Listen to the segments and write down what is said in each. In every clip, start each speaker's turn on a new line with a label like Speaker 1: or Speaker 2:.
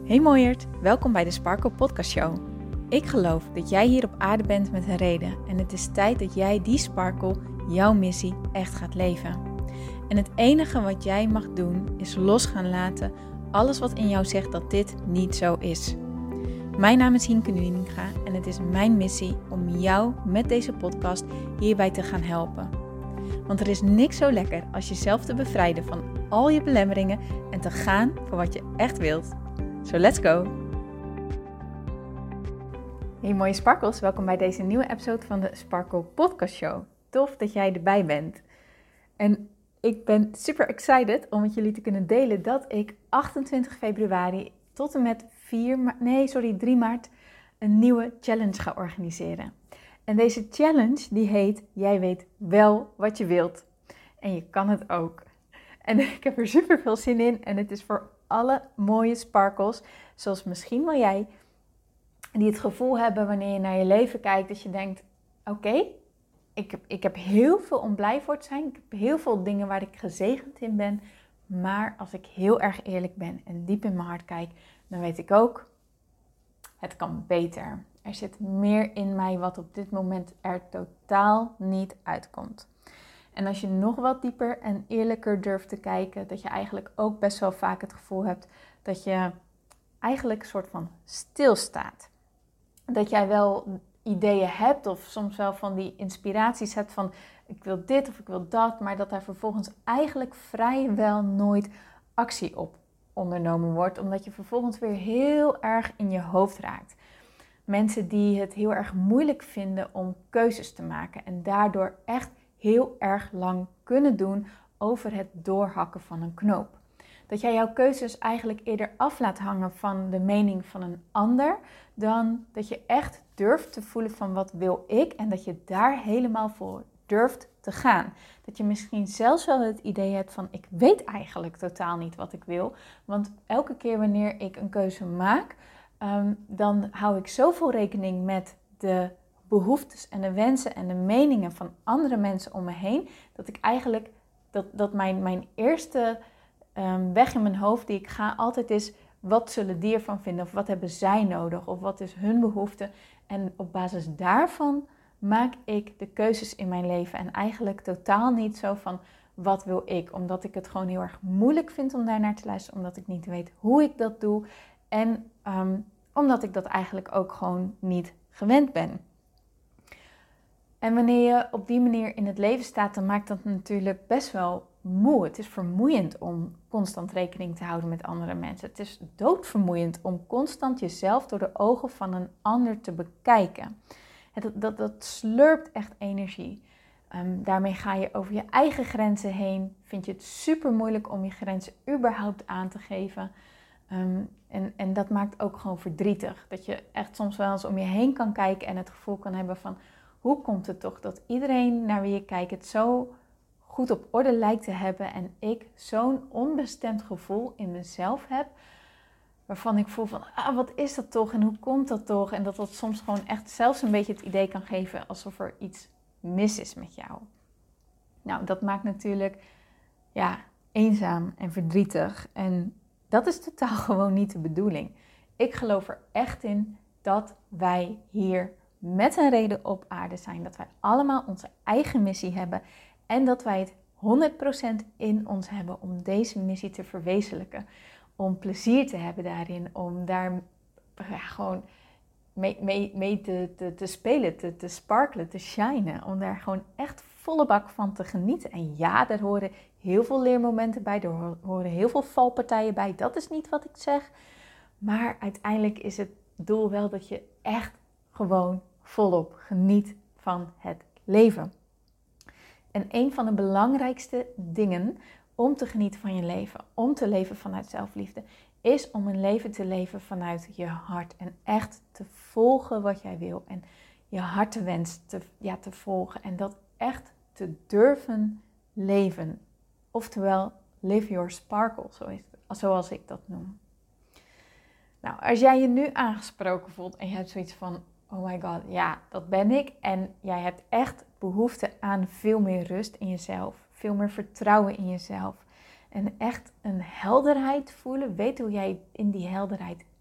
Speaker 1: Hey mooiert, welkom bij de Sparkle Podcast Show. Ik geloof dat jij hier op aarde bent met een reden en het is tijd dat jij die sparkle, jouw missie, echt gaat leven. En het enige wat jij mag doen is los gaan laten alles wat in jou zegt dat dit niet zo is. Mijn naam is Hienke Nuninga en het is mijn missie om jou met deze podcast hierbij te gaan helpen. Want er is niks zo lekker als jezelf te bevrijden van al je belemmeringen en te gaan voor wat je echt wilt. So let's go! Hey mooie sparkles, welkom bij deze nieuwe episode van de Sparkle Podcast Show. Tof dat jij erbij bent. En ik ben super excited om met jullie te kunnen delen dat ik 28 februari tot en met 3 maart een nieuwe challenge ga organiseren. En deze challenge die heet Jij weet wel wat je wilt. En je kan het ook. En ik heb er super veel zin in en het is voor alle mooie sparkles, zoals misschien wel jij, die het gevoel hebben wanneer je naar je leven kijkt, dat je denkt, oké, ik heb heel veel om blij voor te zijn, ik heb heel veel dingen waar ik gezegend in ben, maar als ik heel erg eerlijk ben en diep in mijn hart kijk, dan weet ik ook, het kan beter. Er zit meer in mij wat op dit moment er totaal niet uitkomt. En als je nog wat dieper en eerlijker durft te kijken, dat je eigenlijk ook best wel vaak het gevoel hebt dat je eigenlijk een soort van stilstaat. Dat jij wel ideeën hebt of soms wel van die inspiraties hebt van ik wil dit of ik wil dat, maar dat daar vervolgens eigenlijk vrijwel nooit actie op ondernomen wordt, omdat je vervolgens weer heel erg in je hoofd raakt. Mensen die het heel erg moeilijk vinden om keuzes te maken en daardoor echt heel erg lang kunnen doen over het doorhakken van een knoop. Dat jij jouw keuzes eigenlijk eerder af laat hangen van de mening van een ander, dan dat je echt durft te voelen van wat wil ik en dat je daar helemaal voor durft te gaan. Dat je misschien zelfs wel het idee hebt van ik weet eigenlijk totaal niet wat ik wil, want elke keer wanneer ik een keuze maak, dan hou ik zoveel rekening met de behoeftes en de wensen en de meningen van andere mensen om me heen, dat ik eigenlijk, dat mijn eerste weg in mijn hoofd die ik ga altijd is, wat zullen die ervan vinden? Of wat hebben zij nodig? Of wat is hun behoefte? En op basis daarvan maak ik de keuzes in mijn leven. En eigenlijk totaal niet zo van, wat wil ik? Omdat ik het gewoon heel erg moeilijk vind om daar naar te luisteren. Omdat ik niet weet hoe ik dat doe. En omdat ik dat eigenlijk ook gewoon niet gewend ben. En wanneer je op die manier in het leven staat, dan maakt dat natuurlijk best wel moe. Het is vermoeiend om constant rekening te houden met andere mensen. Het is doodvermoeiend om constant jezelf door de ogen van een ander te bekijken. Dat slurpt echt energie. Daarmee ga je over je eigen grenzen heen. Vind je het super moeilijk om je grenzen überhaupt aan te geven. En dat maakt ook gewoon verdrietig. Dat je echt soms wel eens om je heen kan kijken en het gevoel kan hebben van, hoe komt het toch dat iedereen naar wie je kijkt het zo goed op orde lijkt te hebben en ik zo'n onbestemd gevoel in mezelf heb, waarvan ik voel van, wat is dat toch en hoe komt dat toch? En dat soms gewoon echt zelfs een beetje het idee kan geven alsof er iets mis is met jou. Nou, dat maakt natuurlijk eenzaam en verdrietig en dat is totaal gewoon niet de bedoeling. Ik geloof er echt in dat wij hier met een reden op aarde zijn. Dat wij allemaal onze eigen missie hebben. En dat wij het 100% in ons hebben om deze missie te verwezenlijken. Om plezier te hebben daarin. Om daar gewoon mee te spelen, te sparkelen, te shinen. Om daar gewoon echt volle bak van te genieten. En ja, daar horen heel veel leermomenten bij. Er horen heel veel valpartijen bij. Dat is niet wat ik zeg. Maar uiteindelijk is het doel wel dat je echt gewoon volop geniet van het leven. En een van de belangrijkste dingen om te genieten van je leven, om te leven vanuit zelfliefde, is om een leven te leven vanuit je hart. En echt te volgen wat jij wil. En je hartenwens te volgen. En dat echt te durven leven. Oftewel, live your sparkle, zoals ik dat noem. Nou, als jij je nu aangesproken voelt en je hebt zoiets van, oh my god, ja, dat ben ik. En jij hebt echt behoefte aan veel meer rust in jezelf. Veel meer vertrouwen in jezelf. En echt een helderheid voelen. Weet hoe jij in die helderheid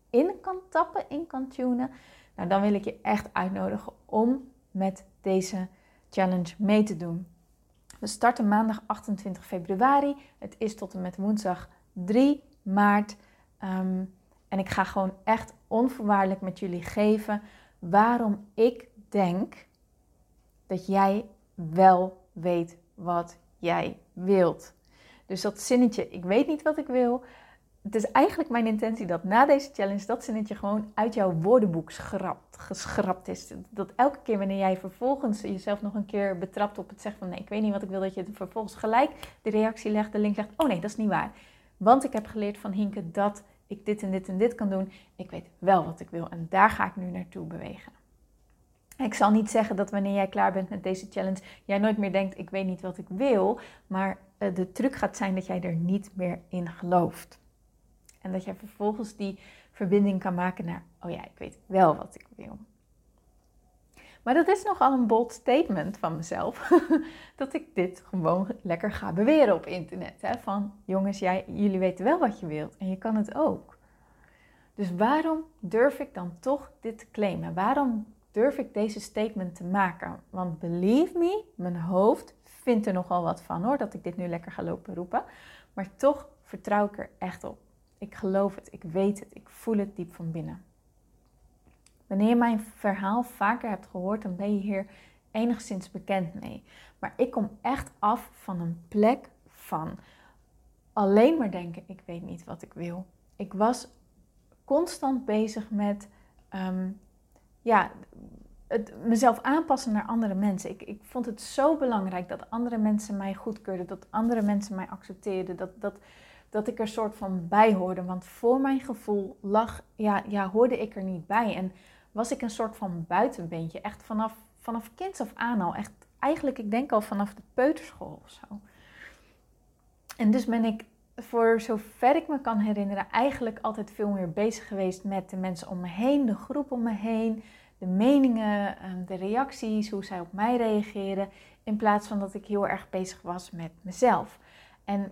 Speaker 1: in kan tappen, in kan tunen, nou, dan wil ik je echt uitnodigen om met deze challenge mee te doen. We starten maandag 28 februari. Het is tot en met woensdag 3 maart. En ik ga gewoon echt onvoorwaardelijk met jullie geven waarom ik denk dat jij wel weet wat jij wilt. Dus dat zinnetje, ik weet niet wat ik wil. Het is eigenlijk mijn intentie dat na deze challenge dat zinnetje gewoon uit jouw woordenboek geschrapt is. Dat elke keer wanneer jij vervolgens jezelf nog een keer betrapt op het zeggen van nee, ik weet niet wat ik wil, dat je vervolgens gelijk de reactie legt, de link legt. Oh nee, dat is niet waar. Want ik heb geleerd van Hienke dat ik dit en dit en dit kan doen. Ik weet wel wat ik wil en daar ga ik nu naartoe bewegen. Ik zal niet zeggen dat wanneer jij klaar bent met deze challenge, jij nooit meer denkt, ik weet niet wat ik wil. Maar de truc gaat zijn dat jij er niet meer in gelooft. En dat jij vervolgens die verbinding kan maken naar, oh ja, ik weet wel wat ik wil. Maar dat is nogal een bold statement van mezelf, dat ik dit gewoon lekker ga beweren op internet. Hè? Van, jongens, jullie weten wel wat je wilt en je kan het ook. Dus waarom durf ik dan toch dit te claimen? Waarom durf ik deze statement te maken? Want believe me, mijn hoofd vindt er nogal wat van hoor, dat ik dit nu lekker ga lopen roepen. Maar toch vertrouw ik er echt op. Ik geloof het, ik weet het, ik voel het diep van binnen. Wanneer je mijn verhaal vaker hebt gehoord, dan ben je hier enigszins bekend mee. Maar ik kom echt af van een plek van alleen maar denken, ik weet niet wat ik wil. Ik was constant bezig met mezelf aanpassen naar andere mensen. Ik vond het zo belangrijk dat andere mensen mij goedkeurden, dat andere mensen mij accepteerden, dat ik er soort van bij hoorde. Want voor mijn gevoel hoorde ik er niet bij. En was ik een soort van buitenbeentje. Echt vanaf kinds af aan al. Echt, eigenlijk, ik denk al vanaf de peuterschool of zo. En dus ben ik, voor zover ik me kan herinneren, eigenlijk altijd veel meer bezig geweest met de mensen om me heen. De groep om me heen. De meningen, de reacties, hoe zij op mij reageren. In plaats van dat ik heel erg bezig was met mezelf. En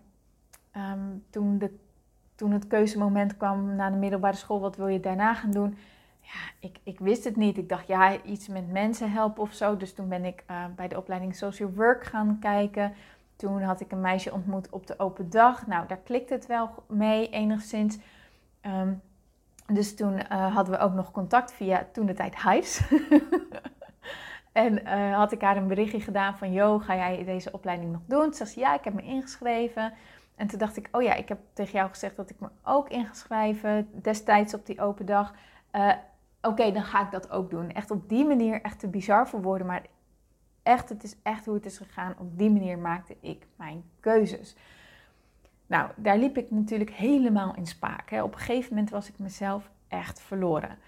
Speaker 1: toen het keuzemoment kwam na de middelbare school, wat wil je daarna gaan doen? Ja, ik wist het niet. Ik dacht, ja, iets met mensen helpen of zo. Dus toen ben ik bij de opleiding Social Work gaan kijken. Toen had ik een meisje ontmoet op de open dag. Nou, daar klikte het wel mee enigszins. Dus toen hadden we ook nog contact via toen de tijd Hives. En had ik haar een berichtje gedaan van, yo, ga jij deze opleiding nog doen? Toen zei ze, ja, ik heb me ingeschreven. En toen dacht ik, oh ja, ik heb tegen jou gezegd dat ik me ook ingeschreven destijds op die open dag. Oké, dan ga ik dat ook doen. Echt op die manier, echt te bizar voor woorden, maar echt, het is echt hoe het is gegaan. Op die manier maakte ik mijn keuzes. Nou, daar liep ik natuurlijk helemaal in spaak. Hè. Op een gegeven moment was ik mezelf echt verloren.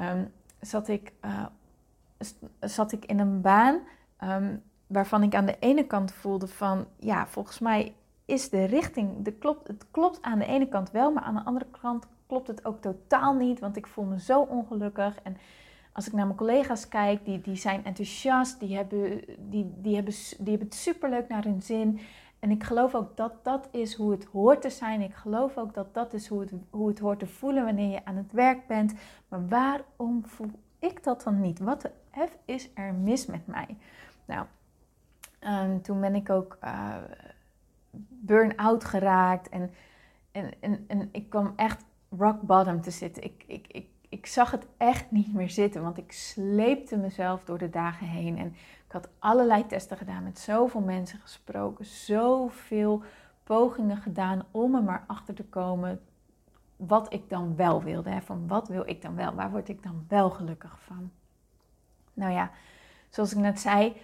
Speaker 1: Zat ik in een baan waarvan ik aan de ene kant voelde van, ja, volgens mij is de richting, het klopt aan de ene kant wel, maar aan de andere kant klopt het ook totaal niet, want ik voel me zo ongelukkig. En als ik naar mijn collega's kijk, die zijn enthousiast, die hebben het superleuk naar hun zin. En ik geloof ook dat dat is hoe het hoort te zijn. Ik geloof ook dat dat is hoe het hoort te voelen wanneer je aan het werk bent. Maar waarom voel ik dat dan niet? Wat de F is er mis met mij? Nou, toen ben ik ook burn-out geraakt en ik kwam echt rock bottom te zitten. Ik zag het echt niet meer zitten, want ik sleepte mezelf door de dagen heen. En ik had allerlei testen gedaan, met zoveel mensen gesproken, zoveel pogingen gedaan om er maar achter te komen wat ik dan wel wilde. Hè? Van wat wil ik dan wel? Waar word ik dan wel gelukkig van? Nou ja, zoals ik net zei,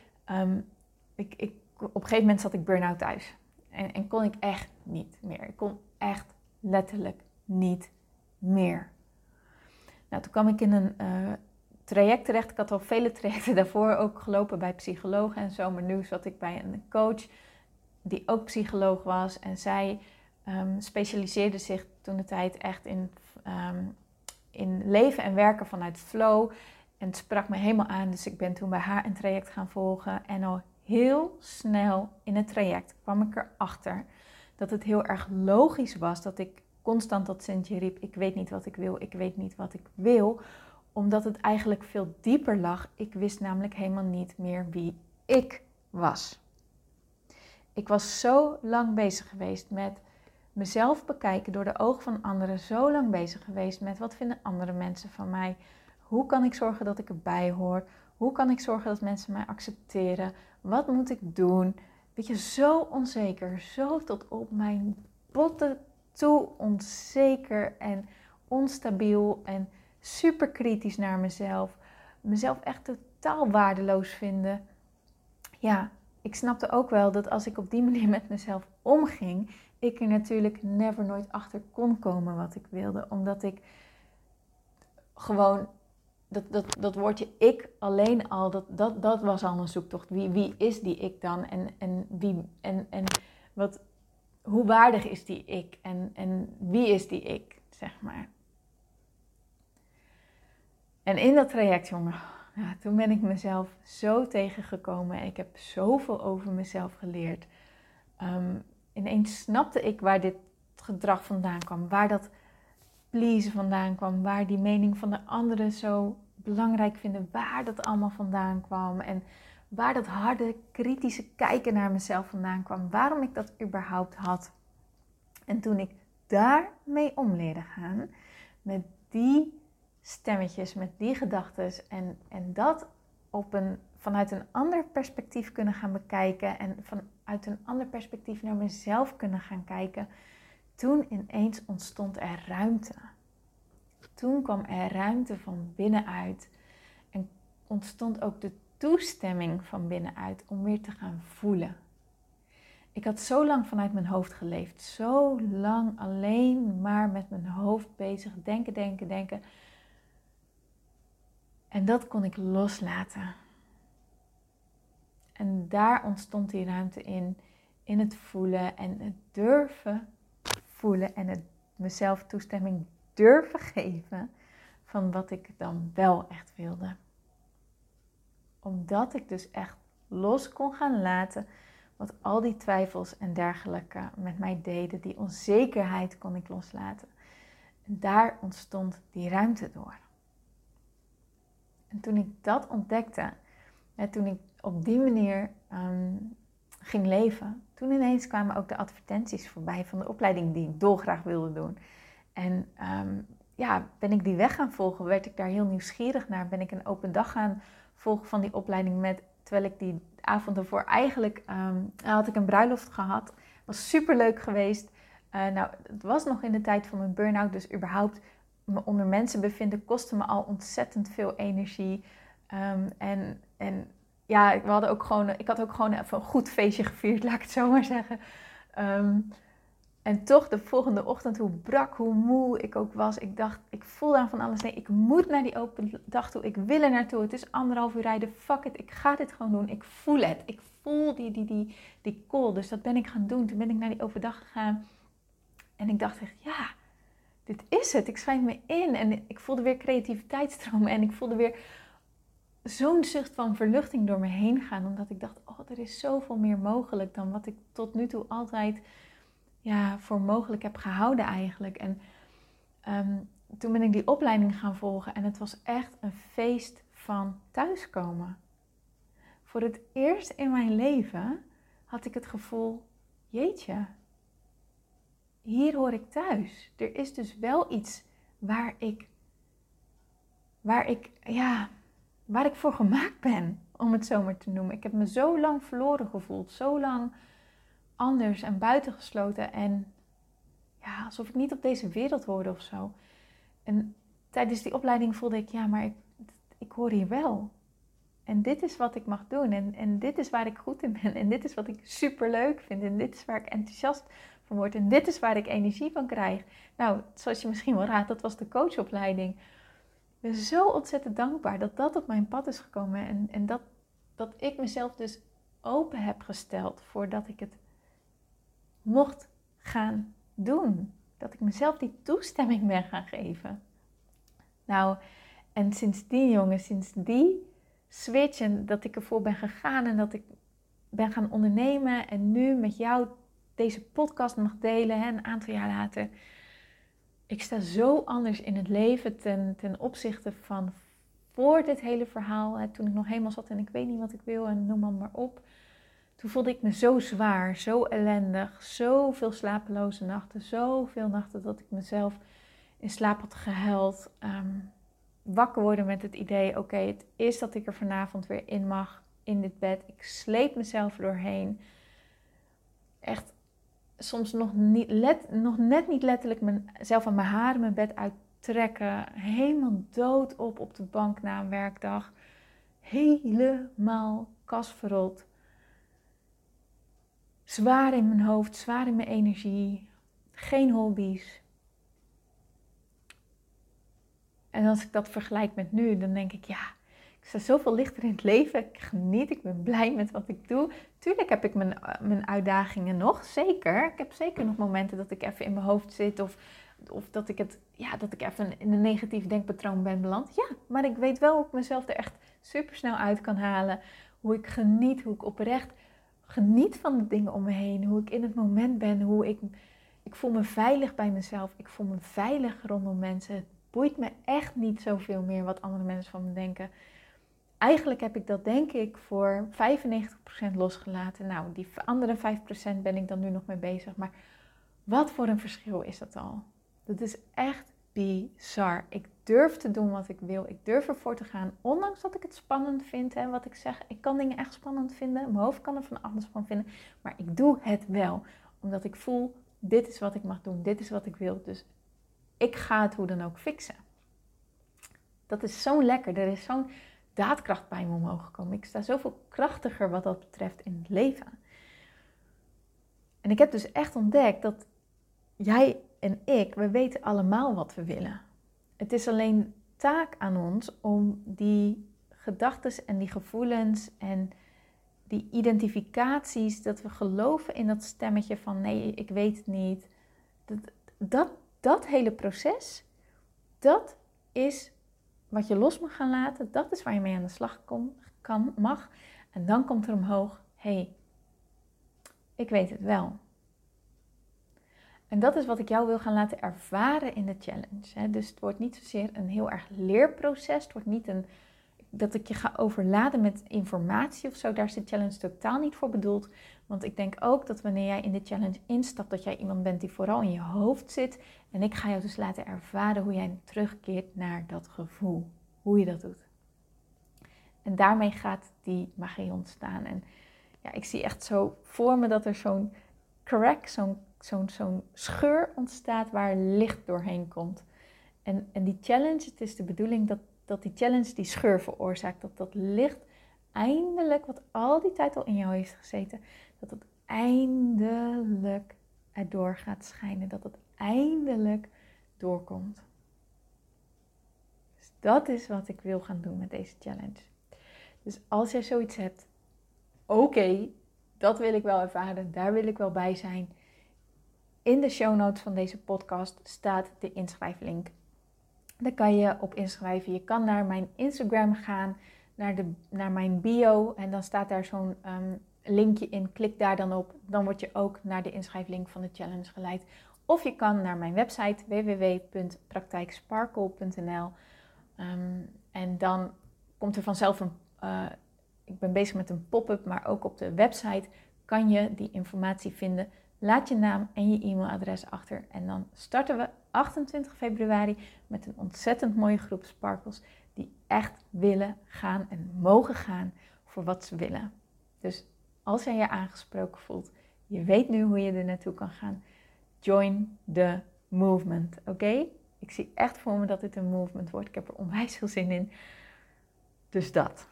Speaker 1: op een gegeven moment zat ik burn-out thuis. En kon ik echt niet meer. Ik kon echt letterlijk niet meer. Nou, toen kwam ik in een traject terecht. Ik had al vele trajecten daarvoor ook gelopen bij psychologen en zo. Maar nu zat ik bij een coach die ook psycholoog was. En zij specialiseerde zich toen de tijd echt in leven en werken vanuit flow. En het sprak me helemaal aan. Dus ik ben toen bij haar een traject gaan volgen. En al heel snel in het traject kwam ik erachter dat het heel erg logisch was dat ik constant dat zinnetje riep, ik weet niet wat ik wil, ik weet niet wat ik wil. Omdat het eigenlijk veel dieper lag. Ik wist namelijk helemaal niet meer wie ik was. Ik was zo lang bezig geweest met mezelf bekijken door de ogen van anderen. Zo lang bezig geweest met wat vinden andere mensen van mij. Hoe kan ik zorgen dat ik erbij hoor? Hoe kan ik zorgen dat mensen mij accepteren? Wat moet ik doen? Weet je, zo onzeker. Zo tot op mijn botten toe onzeker en onstabiel. En super kritisch naar mezelf. Mezelf echt totaal waardeloos vinden. Ja, ik snapte ook wel dat als ik op die manier met mezelf omging, ik er natuurlijk nooit achter kon komen wat ik wilde. Omdat ik gewoon, dat woordje ik alleen al, dat was al een zoektocht. Wie is die ik dan? Hoe waardig is die ik? En wie is die ik, zeg maar. En in dat traject, jongen, ja, toen ben ik mezelf zo tegengekomen en ik heb zoveel over mezelf geleerd. Ineens snapte ik waar dit gedrag vandaan kwam, waar dat pleasen vandaan kwam, waar die mening van de anderen zo belangrijk vinden, waar dat allemaal vandaan kwam en waar dat harde, kritische kijken naar mezelf vandaan kwam, waarom ik dat überhaupt had. En toen ik daarmee om leerde gaan, met die stemmetjes, met die gedachten en dat vanuit een ander perspectief kunnen gaan bekijken en vanuit een ander perspectief naar mezelf kunnen gaan kijken, toen ineens ontstond er ruimte. Toen kwam er ruimte van binnenuit en ontstond ook de toestemming van binnenuit om weer te gaan voelen. Ik had zo lang vanuit mijn hoofd geleefd, zo lang alleen maar met mijn hoofd bezig, denken. En dat kon ik loslaten. En daar ontstond die ruimte in het voelen en het durven voelen en het mezelf toestemming durven geven van wat ik dan wel echt wilde. Omdat ik dus echt los kon gaan laten wat al die twijfels en dergelijke met mij deden. Die onzekerheid kon ik loslaten. En daar ontstond die ruimte door. En toen ik dat ontdekte, toen ik op die manier ging leven, toen ineens kwamen ook de advertenties voorbij van de opleiding die ik dolgraag wilde doen. En ben ik die weg gaan volgen, werd ik daar heel nieuwsgierig naar. Ben ik een open dag gaan volgen van die opleiding terwijl ik die avond ervoor eigenlijk had ik een bruiloft gehad. Was super leuk geweest. Het was nog in de tijd van mijn burn-out, dus überhaupt me onder mensen bevinden kostte me al ontzettend veel energie. Ik had ook gewoon even een goed feestje gevierd, laat ik het zo maar zeggen. En toch de volgende ochtend, hoe brak, hoe moe ik ook was. Ik voelde aan van alles. Nee, ik moet naar die open dag toe. Ik wil er naartoe. Het is 1,5 uur rijden. Fuck it, ik ga dit gewoon doen. Ik voel het. Ik voel die call. Dus dat ben ik gaan doen. Toen ben ik naar die open dag gegaan. En ik dacht echt, ja, dit is het. Ik schrijf me in. En ik voelde weer creativiteit stromen. En ik voelde weer zo'n zucht van verluchting door me heen gaan. Omdat ik dacht, er is zoveel meer mogelijk dan wat ik tot nu toe altijd voor mogelijk heb gehouden eigenlijk. En toen ben ik die opleiding gaan volgen. En het was echt een feest van thuiskomen. Voor het eerst in mijn leven had ik het gevoel, jeetje, hier hoor ik thuis. Er is dus wel iets waar ik voor gemaakt ben, om het zo maar te noemen. Ik heb me zo lang verloren gevoeld, zo lang anders en buitengesloten en alsof ik niet op deze wereld hoorde of zo. En tijdens die opleiding voelde ik, maar ik hoor hier wel. En dit is wat ik mag doen en dit is waar ik goed in ben en dit is wat ik super leuk vind en dit is waar ik enthousiast van word en dit is waar ik energie van krijg. Nou, zoals je misschien wel raadt, dat was de coachopleiding. Ik ben zo ontzettend dankbaar dat dat op mijn pad is gekomen en dat ik mezelf dus open heb gesteld voordat ik het mocht gaan doen. Dat ik mezelf die toestemming ben gaan geven. Nou, en sindsdien jongens, sinds die switch en dat ik ervoor ben gegaan en dat ik ben gaan ondernemen en nu met jou deze podcast mag delen, een aantal jaar later. ik sta zo anders in het leven ten opzichte van voor dit hele verhaal. Hè, toen ik nog helemaal zat en ik weet niet wat ik wil en noem maar op. Toen voelde ik me zo zwaar, zo ellendig, zoveel slapeloze nachten. Zoveel nachten dat ik mezelf in slaap had gehuild. Wakker worden met het idee, oké, het is dat ik er vanavond weer in mag, in dit bed. Ik sleep mezelf doorheen. Echt soms nog net niet letterlijk mezelf aan mijn haren mijn bed uittrekken. Helemaal dood op de bank na een werkdag. Helemaal kasverrot. Zwaar in mijn hoofd, zwaar in mijn energie. Geen hobby's. En als ik dat vergelijk met nu, dan denk ik, ja, ik sta zoveel lichter in het leven. Ik geniet, ik ben blij met wat ik doe. Tuurlijk heb ik mijn uitdagingen nog, zeker. Ik heb zeker nog momenten dat ik even in mijn hoofd zit of dat ik even in een negatief denkpatroon ben beland. Ja, maar ik weet wel hoe ik mezelf er echt super snel uit kan halen. Hoe ik geniet, hoe ik oprecht geniet van de dingen om me heen. Hoe ik in het moment ben, hoe ik voel me veilig bij mezelf. Ik voel me veilig rondom mensen. Het boeit me echt niet zoveel meer wat andere mensen van me denken. Eigenlijk heb ik dat denk ik voor 95% losgelaten. Nou, die andere 5% ben ik dan nu nog mee bezig. Maar wat voor een verschil is dat al? Dat is echt bizar. Ik durf te doen wat ik wil. Ik durf ervoor te gaan. Ondanks dat ik het spannend vind. Hè, wat ik zeg, ik kan dingen echt spannend vinden. Mijn hoofd kan er van alles van vinden. Maar ik doe het wel. Omdat ik voel, dit is wat ik mag doen. Dit is wat ik wil. Dus ik ga het hoe dan ook fixen. Dat is zo lekker. Er is zo'n daadkracht bij me omhoog gekomen. Ik sta zoveel krachtiger wat dat betreft in het leven. En ik heb dus echt ontdekt dat jij en ik, we weten allemaal wat we willen. Het is alleen taak aan ons om die gedachten en die gevoelens en die identificaties, dat we geloven in dat stemmetje van nee, ik weet het niet. Dat hele proces, dat is wat je los mag gaan laten. Dat is waar je mee aan de slag mag. En dan komt er omhoog, hey, ik weet het wel. En dat is wat ik jou wil gaan laten ervaren in de challenge. Dus het wordt niet zozeer een heel erg leerproces. Het wordt niet dat ik je ga overladen met informatie of zo. Daar is de challenge totaal niet voor bedoeld. Want ik denk ook dat wanneer jij in de challenge instapt, dat jij iemand bent die vooral in je hoofd zit. En ik ga jou dus laten ervaren hoe jij terugkeert naar dat gevoel. Hoe je dat doet. En daarmee gaat die magie ontstaan. En ja, ik zie echt zo voor me dat er zo'n crack, zo'n scheur ontstaat waar licht doorheen komt. En die challenge, het is de bedoeling dat die challenge die scheur veroorzaakt. Dat licht eindelijk, wat al die tijd al in jou heeft gezeten, dat het eindelijk erdoor gaat schijnen. Dat het eindelijk doorkomt. Dus dat is wat ik wil gaan doen met deze challenge. Dus als jij zoiets hebt, oké, dat wil ik wel ervaren, daar wil ik wel bij zijn. In de show notes van deze podcast staat de inschrijflink. Daar kan je op inschrijven. Je kan naar mijn Instagram gaan, naar mijn bio. En dan staat daar zo'n linkje in. Klik daar dan op. Dan word je ook naar de inschrijflink van de challenge geleid. Of je kan naar mijn website www.praktijksparkle.nl. En dan komt er vanzelf ik ben bezig met een pop-up, maar ook op de website kan je die informatie vinden. Laat je naam en je e-mailadres achter en dan starten we 28 februari met een ontzettend mooie groep sparkles die echt willen gaan en mogen gaan voor wat ze willen. Dus als jij je aangesproken voelt, je weet nu hoe je er naartoe kan gaan, join the movement, oké? Ik zie echt voor me dat dit een movement wordt. Ik heb er onwijs veel zin in. Dus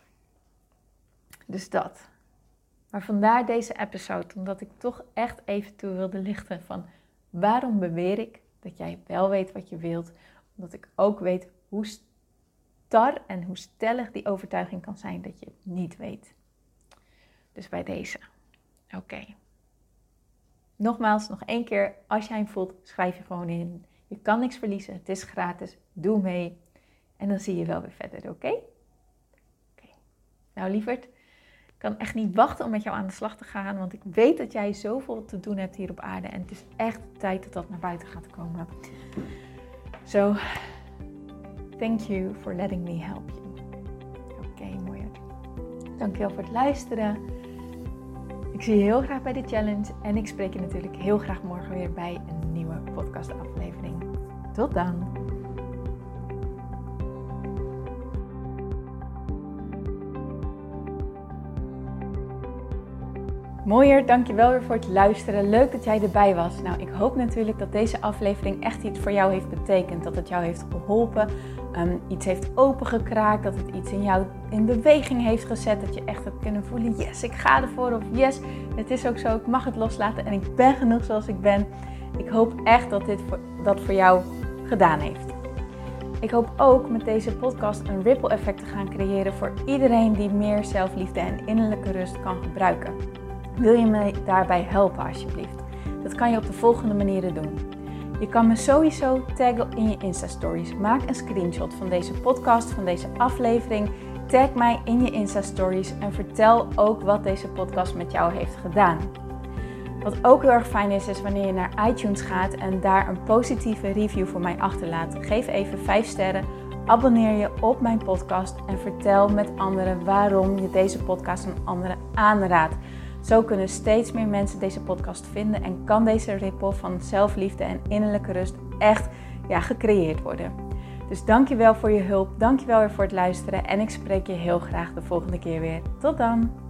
Speaker 1: dat. Maar vandaar deze episode, omdat ik toch echt even toe wilde lichten van waarom beweer ik dat jij wel weet wat je wilt. Omdat ik ook weet hoe star en hoe stellig die overtuiging kan zijn dat je het niet weet. Dus bij deze. Oké. Nogmaals, nog 1 keer, als jij hem voelt, schrijf je gewoon in. Je kan niks verliezen, het is gratis, doe mee. En dan zie je wel weer verder, oké? Nou lieverd, ik kan echt niet wachten om met jou aan de slag te gaan, want ik weet dat jij zoveel te doen hebt hier op aarde en het is echt tijd dat dat naar buiten gaat komen. So, thank you for letting me help you. Oké, mooi. Dankjewel voor het luisteren. Ik zie je heel graag bij de challenge. En ik spreek je natuurlijk heel graag morgen weer bij een nieuwe podcastaflevering. Tot dan! Mooier, dankjewel weer voor het luisteren. Leuk dat jij erbij was. Nou, ik hoop natuurlijk dat deze aflevering echt iets voor jou heeft betekend. Dat het jou heeft geholpen, iets heeft opengekraakt, dat het iets in jou in beweging heeft gezet. Dat je echt hebt kunnen voelen, yes, ik ga ervoor. Of yes, het is ook zo, ik mag het loslaten en ik ben genoeg zoals ik ben. Ik hoop echt dat dit dat voor jou gedaan heeft. Ik hoop ook met deze podcast een ripple effect te gaan creëren voor iedereen die meer zelfliefde en innerlijke rust kan gebruiken. Wil je me daarbij helpen alsjeblieft? Dat kan je op de volgende manieren doen. Je kan me sowieso taggen in je Insta-stories. Maak een screenshot van deze podcast, van deze aflevering. Tag mij in je Insta-stories en vertel ook wat deze podcast met jou heeft gedaan. Wat ook heel erg fijn is wanneer je naar iTunes gaat en daar een positieve review voor mij achterlaat. Geef even 5 sterren, abonneer je op mijn podcast en vertel met anderen waarom je deze podcast aan anderen aanraadt. Zo kunnen steeds meer mensen deze podcast vinden en kan deze ripple van zelfliefde en innerlijke rust echt gecreëerd worden. Dus dankjewel voor je hulp, dankjewel weer voor het luisteren en ik spreek je heel graag de volgende keer weer. Tot dan!